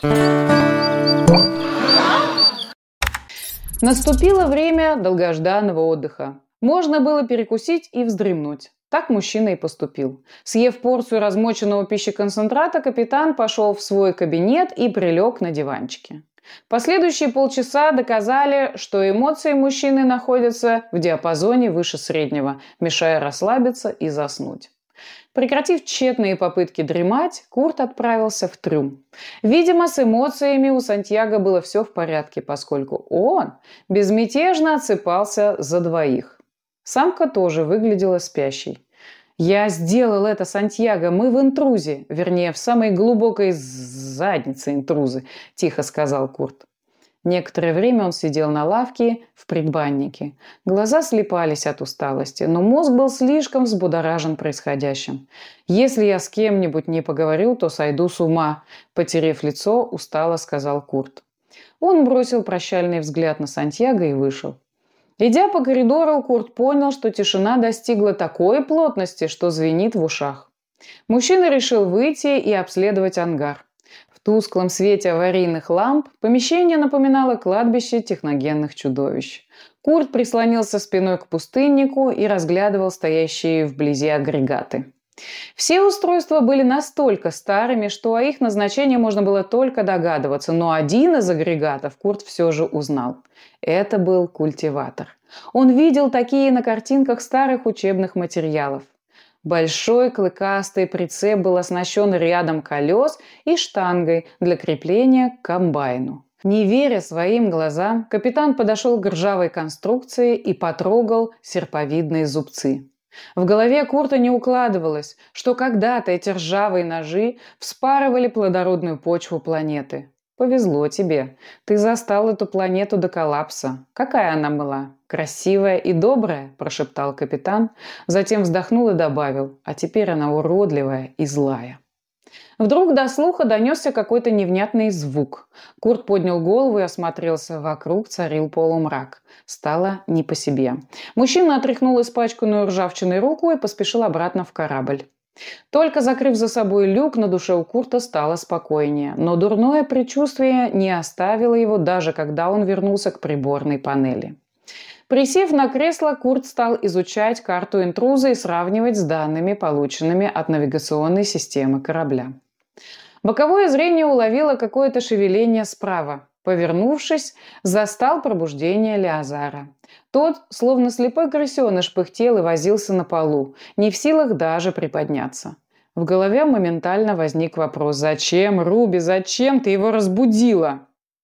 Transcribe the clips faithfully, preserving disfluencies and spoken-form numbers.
Наступило время долгожданного отдыха. Можно было перекусить и вздремнуть. Так мужчина и поступил. Съев порцию размоченного пищеконцентрата, капитан пошел в свой кабинет и прилег на диванчике. Последующие полчаса доказали, что эмоции мужчины находятся в диапазоне выше среднего, мешая расслабиться и заснуть. Прекратив тщетные попытки дремать, Курт отправился в трюм. Видимо, с эмоциями у Сантьяго было все в порядке, поскольку он безмятежно отсыпался за двоих. Самка тоже выглядела спящей. «Я сделал это, Сантьяго, мы в интрузе, вернее, в самой глубокой заднице интрузы», – тихо сказал Курт. Некоторое время он сидел на лавке в предбаннике. Глаза слипались от усталости, но мозг был слишком взбудоражен происходящим. «Если я с кем-нибудь не поговорю, то сойду с ума», – потеряв лицо, устало сказал Курт. Он бросил прощальный взгляд на Сантьяго и вышел. Идя по коридору, Курт понял, что тишина достигла такой плотности, что звенит в ушах. Мужчина решил выйти и обследовать ангар. В тусклом свете аварийных ламп помещение напоминало кладбище техногенных чудовищ. Курт прислонился спиной к пустыннику и разглядывал стоящие вблизи агрегаты. Все устройства были настолько старыми, что о их назначении можно было только догадываться, но один из агрегатов Курт все же узнал. Это был культиватор. Он видел такие на картинках старых учебных материалов. Большой клыкастый прицеп был оснащен рядом колес и штангой для крепления к комбайну. Не веря своим глазам, капитан подошел к ржавой конструкции и потрогал серповидные зубцы. В голове Курта не укладывалось, что когда-то эти ржавые ножи вспарывали плодородную почву планеты. «Повезло тебе. Ты застал эту планету до коллапса. Какая она была? Красивая и добрая?» – прошептал капитан, затем вздохнул и добавил: «А теперь она уродливая и злая». Вдруг до слуха донесся какой-то невнятный звук. Курт поднял голову и осмотрелся. Вокруг царил полумрак. Стало не по себе. Мужчина отряхнул испачканную ржавчиной руку и поспешил обратно в корабль. Только закрыв за собой люк, на душе у Курта стало спокойнее. Но дурное предчувствие не оставило его, даже когда он вернулся к приборной панели. Присев на кресло, Курт стал изучать карту интруза и сравнивать с данными, полученными от навигационной системы корабля. Боковое зрение уловило какое-то шевеление справа. Повернувшись, застал пробуждение Леозара. Тот, словно слепой крысеныш, пыхтел и возился на полу, не в силах даже приподняться. В голове моментально возник вопрос: «Зачем, Руби, зачем ты его разбудила?»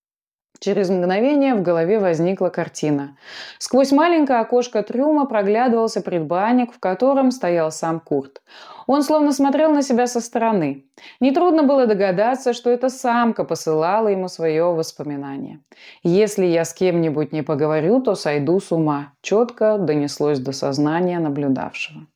Через мгновение в голове возникла картина. Сквозь маленькое окошко трюма проглядывался предбанник, в котором стоял сам Курт. Он словно смотрел на себя со стороны. Нетрудно было догадаться, что эта самка посылала ему свое воспоминание. «Если я с кем-нибудь не поговорю, то сойду с ума», четко донеслось до сознания наблюдавшего.